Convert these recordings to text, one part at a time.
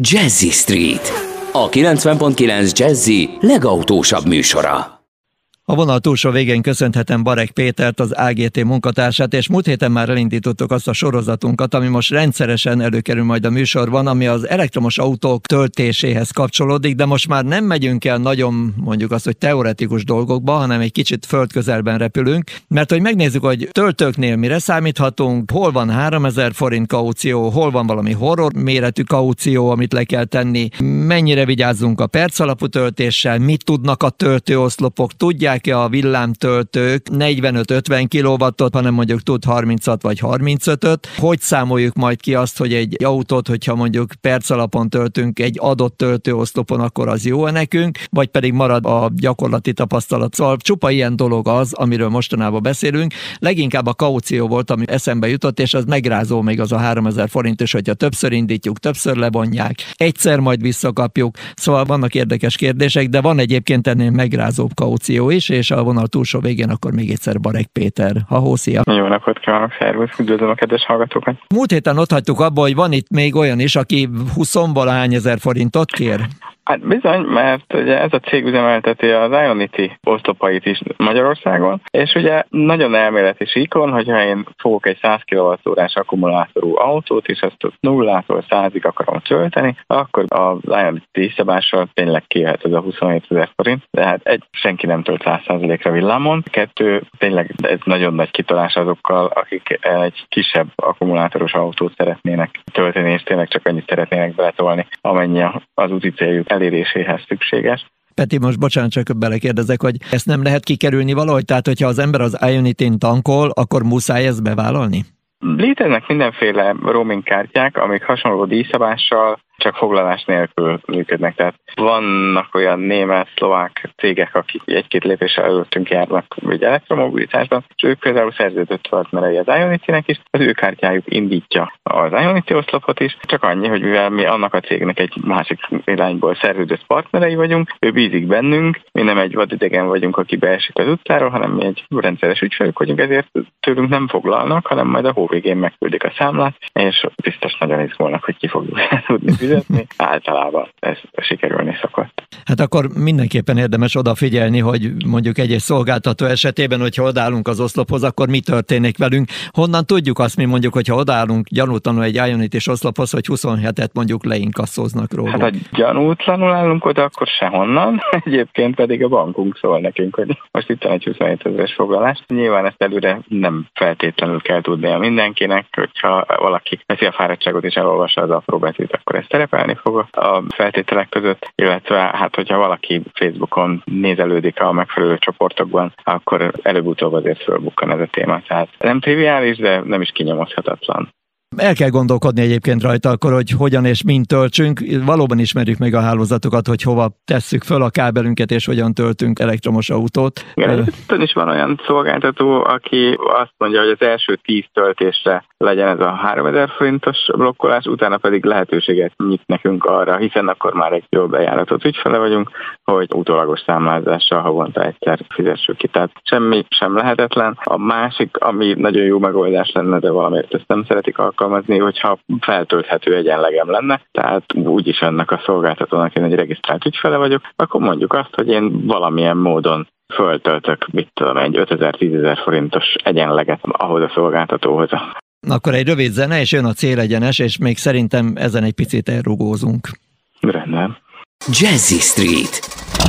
Jazzy Street, a 90.9 Jazzy legautósabb műsora. A vonal túlsó végén köszönhetem Bareg Pétert, az AGT munkatársát, és múlt héten már elindítottuk azt a sorozatunkat, ami most rendszeresen előkerül majd a műsorban, ami az elektromos autók töltéséhez kapcsolódik, de most már nem megyünk el nagyon, mondjuk azt, hogy teoretikus dolgokba, hanem egy kicsit földközelben repülünk, mert hogy megnézzük, hogy töltőknél mire számíthatunk, hol van 3000 forint kaució, hol van valami horror méretű kaució, amit le kell tenni, mennyire vigyázzunk a percalapú töltéssel, mit tudnak a töltőoszlopok, tudják a villámtöltők 45-50 kW-ot, hanem mondjuk tud 36 vagy 35-öt. Hogy számoljuk majd ki azt, hogy egy autót, hogyha mondjuk perc alapon töltünk egy adott töltőoszlopon, akkor az jó nekünk, vagy pedig marad a gyakorlati tapasztalat. Szóval csupa ilyen dolog az, amiről mostanában beszélünk. Leginkább a kaució volt, ami eszembe jutott, és az megrázó még az a 3000 forint, és hogyha többször indítjuk, többször lebonják, egyszer majd visszakapjuk. Szóval vannak érdekes kérdések, de van egyébként ennél megrázóbb kaució is, és a vonal túlsó végén akkor még egyszer Bareg Péter. Szia! Jó napot kívánok, szervusz, üdvözlöm a kedves hallgatókat! Múlt héten ott hagytuk abba, hogy van itt még olyan is, aki 20-valahány ezer forintot kér. Hát bizony, mert ugye ez a cég üzemelteti az Ionity oszlopait is Magyarországon, és ugye nagyon elméleti síkon, hogyha én fogok egy 100 kWh-s akkumulátorú autót, és ezt 0-tól 100-ig akarom tölteni, akkor az Ionity szabással tényleg kijöhet ez a 27 000 forint, de hát senki nem tölt 100%-ra villámon. 2, tényleg ez nagyon nagy kitolás azokkal, akik egy kisebb akkumulátoros autót szeretnének tölteni, és tényleg csak annyit szeretnének beletolni, amennyi az úti céljuk eléréséhez szükséges. Peti, most bocsánat, csak belekérdezek, hogy ezt nem lehet kikerülni valahogy? Tehát, hogyha az ember az Ionity-n tankol, akkor muszáj ezt bevállalni? Léteznek mindenféle roaming kártyák, amik hasonló díjszabással, csak foglalás nélkül működnek. Tehát vannak olyan német, szlovák cégek, akik egy-két lépéssel előttünk járnak egy elektromobilitásban, és ők például szerződött partnerei az Ionity-nek is, az ő kártyájuk indítja az Ionity oszlopot is, csak annyi, hogy mivel mi annak a cégnek egy másik irányból szerződött partnerei vagyunk, ő bízik bennünk, mi nem egy vadidegen vagyunk, aki beesik az utcáról, hanem mi egy rendszeres ügyfelük vagyunk, ezért tőlünk nem foglalnak, hanem majd a hóvégén megküldik a számlát, és biztos nagyon izgulnak, hogy ki fogjuk tudni fizetni. Általában ez sikerülni szokott. Hát akkor mindenképpen érdemes odafigyelni, hogy mondjuk egy szolgáltató esetében, hogyha odállunk az oszlophoz, akkor mi történik velünk. Honnan tudjuk azt mi mondjuk, hogyha odállunk gyanútlanul egy Ionity-s oszlophoz, hogy 27-et mondjuk leinkasszóznak róla? Hát ha gyanútlanul állunk oda, akkor sehonnan. Egyébként pedig a bankunk szól nekünk, hogy most itt van egy 27 000-es foglalás. Nyilván ezt előre nem feltétlenül kell tudnia mindenkinek, hogyha valaki veszi a fáradtságot és elolvassa az apró betűt, akkor ez szerepelni fog a feltételek között, illetve hát hogyha valaki Facebookon nézelődik a megfelelő csoportokban, akkor előbb-utóbb azért fölbukkan ez a téma. Tehát nem triviális, de nem is kinyomozhatatlan. El kell gondolkodni egyébként rajta akkor, hogy hogyan és mint töltsünk. Valóban ismerjük meg a hálózatokat, hogy hova tesszük föl a kábelünket, és hogyan töltünk elektromos autót. Igen, is van olyan szolgáltató, aki azt mondja, hogy az első 10 töltésre legyen ez a 3000 forintos blokkolás, utána pedig lehetőséget nyit nekünk arra, hiszen akkor már egy jól bejáratott ügyfele vagyunk, hogy utólagos számlázással havonta egyszer fizessük ki. Tehát semmi sem lehetetlen. A másik, ami nagyon jó megoldás lenne, de valamiért ezt nem szeretik alkalmazni, hogyha feltölthető egyenlegem lenne, tehát úgyis ennek a szolgáltatónak én egy regisztrált ügyfele vagyok, akkor mondjuk azt, hogy én valamilyen módon föltöltök, egy 5000-10 000 forintos egyenleget ahhoz a szolgáltatóhoz. Akkor egy rövid zene, és jön a célegyenes, és még szerintem ezen egy picit elrugózunk. Rendben. Jazzy Street,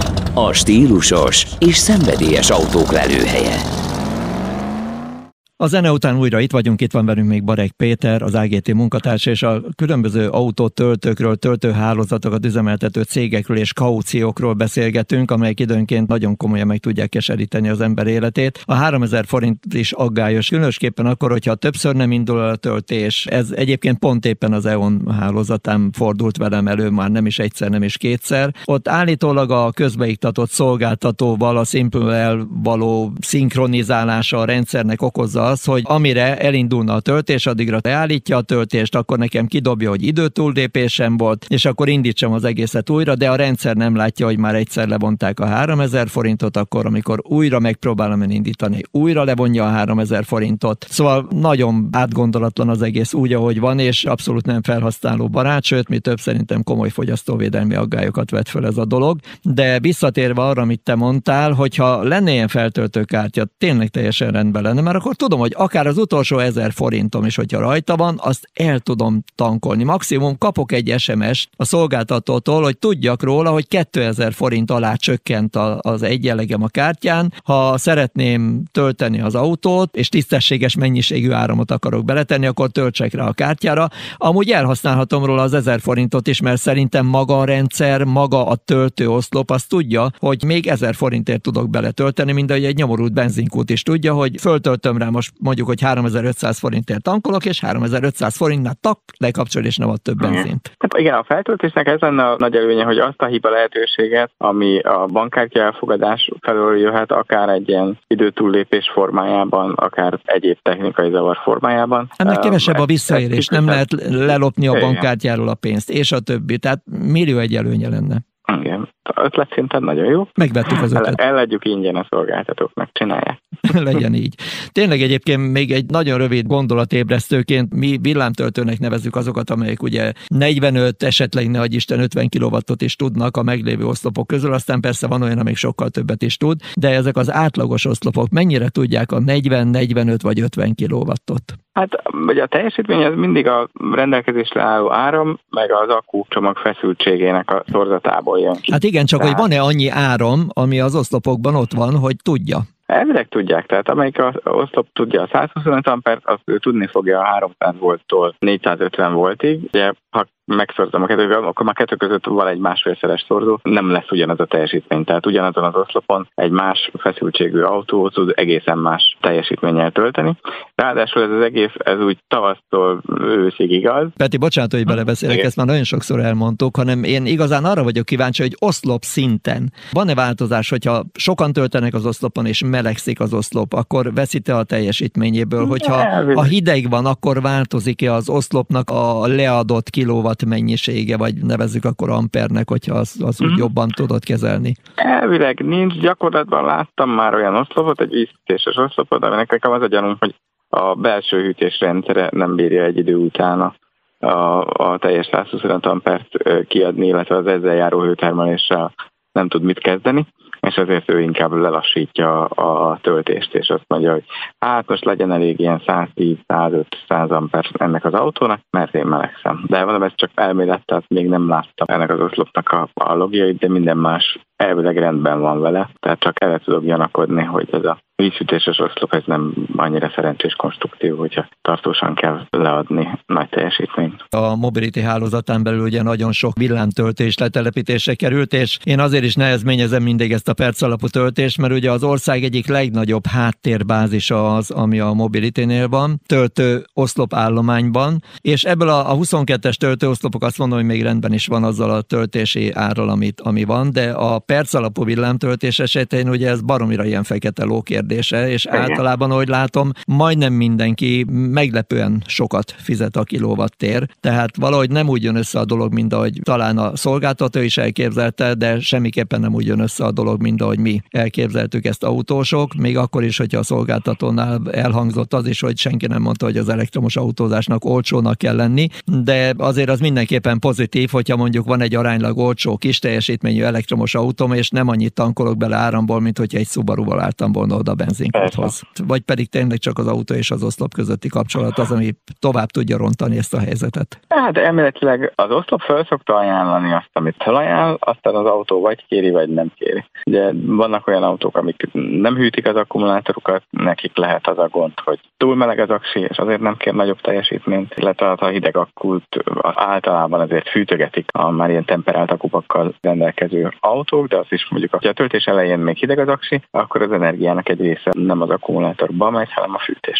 a stílusos és szenvedélyes autók lelőhelye. A zene után újra itt vagyunk, itt van velünk még Bareg Péter, az AGT munkatársa, és a különböző autótöltőkről, töltőhálózatokat üzemeltető cégekről és kauciókról beszélgetünk, amelyek időnként nagyon komolyan meg tudják keseríteni az ember életét. A 3000 forint is aggályos, különösképpen akkor, hogyha többször nem indul el a töltés. Ez egyébként pont éppen az EON hálózatán fordult velem elő, már nem is egyszer, nem is kétszer. Ott állítólag a közbeiktatott szolgáltatóval a Simple való szinkronizálása a rendszernek okozza az, hogy amire elindulna a töltés, addigra leállítja a töltést, akkor nekem kidobja, hogy időtúllépésem volt, és akkor indítsam az egészet újra, de a rendszer nem látja, hogy már egyszer levonták a 3000 forintot, akkor amikor újra megpróbálom indítani, újra levonja a 3000 forintot. Szóval nagyon átgondolatlan az egész úgy, ahogy van, és abszolút nem felhasználó barát, sőt, mi több szerintem komoly fogyasztóvédelmi aggályokat vet föl ez a dolog. De visszatérve arra, amit te mondtál, hogyha lenne ilyen feltöltőkártya, tényleg teljesen rendben lenne, mert akkor tudom, hogy akár az utolsó 1000 forintom is, hogyha rajta van, azt el tudom tankolni. Maximum kapok egy SMS-t a szolgáltatótól, hogy tudjak róla, hogy 2000 forint alá csökkent az egyenlegem a kártyán. Ha szeretném tölteni az autót, és tisztességes mennyiségű áramot akarok beletenni, akkor töltsek rá a kártyára. Amúgy elhasználhatom róla az 1000 forintot is, mert szerintem maga a rendszer, maga a töltőoszlop, azt tudja, hogy még 1000 forintért tudok beletölteni, mint ahogy egy nyomorult benzinkút is tudja, hogy föltöltöm rá most mondjuk, hogy 3500 forintért tankolok, és 3500 forintnál lekapcsol, és nem ad több benzint. Hát igen, a feltöltésnek ez lenne a nagy előnye, hogy azt a hiba lehetőséget, ami a bankkártya elfogadás felől jöhet, akár egy ilyen időtúllépés formájában, akár egyéb technikai zavar formájában. Ennek kevesebb a visszaélés, nem lehet lelopni a bankkártyáról a pénzt, és a többi. Tehát millió egy előnye lenne. Igen, ötletszinten nagyon jó. Megvettük az ötletet. Eladjuk ingyen a szolgáltatóknak, csinálják. Legyen így. Tényleg egyébként még egy nagyon rövid gondolatébresztőként mi villámtöltőnek nevezzük azokat, amelyek ugye 45, esetleg ne adj Isten 50 kW-ot is tudnak a meglévő oszlopok közül, aztán persze van olyan, amelyik sokkal többet is tud, de ezek az átlagos oszlopok mennyire tudják a 40, 45 vagy 50 kW-ot? Hát ugye a teljesítmény az mindig a rendelkezésre álló áram, meg az akkucsomag feszültségének a szorzatából jön ki. Hát igen, csak hogy van-e annyi áram, ami az oszlopokban ott van, hogy tudja? Elvileg tudják, tehát amelyik az oszlop tudja a 125 ampert, azt ő tudni fogja a 300 volttól 450 voltig. Ugye, ha megszorzom a kettőt, akkor már kettő között van egy másfélszeres szorzó, nem lesz ugyanaz a teljesítmény. Tehát ugyanazon az oszlopon egy más feszültségű autó tud egészen más teljesítménnyel tölteni. Ráadásul ez az egész, ez úgy tavasztól őszig igaz. Peti, bocsánat, hogy belebeszélek, ezt már nagyon sokszor elmondtuk, hanem én igazán arra vagyok kíváncsi, hogy oszlop szinten van-e változás, hogyha sokan töltenek az oszlopon és melegszik az oszlop, akkor veszít-e a teljesítményéből, hogyha ha hideg van, akkor változik-e az oszlopnak a leadott kilowatt mennyisége, vagy nevezzük akkor ampernek, hogyha az úgy jobban tudod kezelni? Elvileg nincs, gyakorlatban láttam már olyan oszlopot, egy vízhűtéses oszlopot, aminek nekem az a gyanúm, hogy a belső hűtésrendszere nem bírja egy idő után a teljes 125 ampert kiadni, illetve az ezzel járó hőtermeléssel nem tud mit kezdeni, és ezért ő inkább lelassítja a töltést, és azt mondja, hogy hát most legyen elég ilyen 110-105-100 amper ennek az autónak, mert én melegszem. De mondom, ez csak elmélet, tehát még nem láttam ennek az oszlopnak a logjait, de minden más elvileg rendben van vele, tehát csak el tudok gyanakodni, hogy ez a vízhűtéses oszlop ez nem annyira szerencsés konstruktív, hogyha tartósan kell leadni nagy teljesítményt. A Mobility hálózatán belül ugye nagyon sok villámtöltés letelepítésre került, és én azért is nehezményezem mindig ezt a percalapú töltést, mert ugye az ország egyik legnagyobb háttérbázisa az, ami a Mobility-nél van, töltő oszlopállományban, és ebből a 22-es töltőoszlopok azt mondom, hogy még rendben is van azzal a töltési árral, ami van, de a percalapú villámtöltés esetén ugye ez baromira ilyen fekete ló kérdése, és általában, ahogy látom, majdnem mindenki meglepően sokat fizet a kilovattér, tehát valahogy nem úgy jön össze a dolog, mint ahogy talán a szolgáltató is elképzelte, de semmiképpen nem úgy jön össze a dolog, mint ahogy mi elképzeltük ezt autósok, még akkor is, hogyha a szolgáltatónál elhangzott az is, hogy senki nem mondta, hogy az elektromos autózásnak olcsónak kell lenni, de azért az mindenképpen pozitív, hogyha mondjuk van egy aránylag olcsó, kis teljesítményű elektromos autóm, és nem annyit tankolok bele áramból, mint hogyha egy Subaruval álltam volna oda a benzinkúthoz. Vagy pedig tényleg csak az autó és az oszlop közötti kapcsolat az, ami tovább tudja rontani ezt a helyzetet. Hát elméletileg az oszlop fel szokta ajánlani azt, amit felajánl, aztán az autó vagy kéri, vagy nem kéri. Ugye vannak olyan autók, amik nem hűtik az akkumulátorokat, nekik lehet az a gond, hogy túl meleg az aksi, és azért nem kér nagyobb teljesítményt, illetve a hideg akkult általában azért fűtögetik a már ilyen temperált akupakkal rendelkező autók, de azt is mondjuk, hogy a töltés elején még hideg az aksi, akkor az energiának egy része nem az akkumulátorba megy, hanem a fűtésre.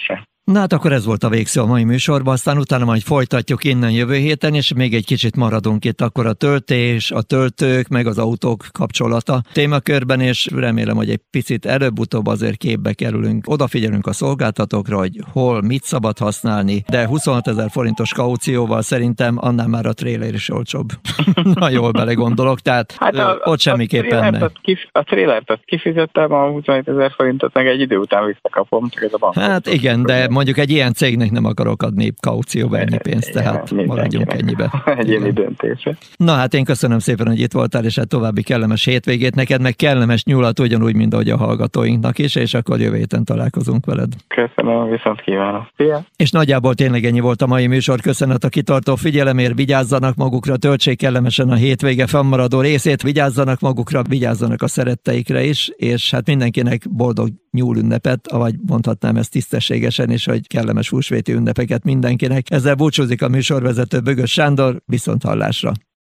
Na hát akkor ez volt a végszó a mai műsorban, aztán utána majd folytatjuk innen jövő héten, és még egy kicsit maradunk itt akkor a töltés, a töltők, meg az autók kapcsolata témakörben, és remélem, hogy egy picit előbb-utóbb azért képbe kerülünk. Odafigyelünk a szolgáltatókra, hogy hol mit szabad használni, de 26 000 forintos kaucióval szerintem annál már a tréler is olcsóbb. Na jól belegondolok, tehát ott semmiképpen nem. A trélert kifizettem, a 27 000 forintot meg egy idő után visszakapom, csak ez a bank. Hát igen, de mondjuk egy ilyen cégnek nem akarok adni kaucióba ennyi pénzt, tehát maradjunk ennyibe. Egyéni döntése. Na hát én köszönöm szépen, hogy itt voltál, és hát további kellemes hétvégét neked, meg kellemes nyulat ugyanúgy, mint ahogy a hallgatóinknak is, és akkor jövő héten találkozunk veled. Köszönöm, viszont kívánom. Szia! És nagyjából tényleg ennyi volt a mai műsor. Köszönet a kitartó figyelemért, vigyázzanak magukra, töltsék kellemesen a hétvége fennmaradó részét, vigyázzanak magukra, vigyázzanak a szeretteikre is, és hát mindenkinek boldog nyúlünnepet, vagy mondhatnám ezt tisztességesen is, hogy kellemes húsvéti ünnepeket mindenkinek. Ezzel búcsúzik a műsorvezető Bögös Sándor, viszont hallásra.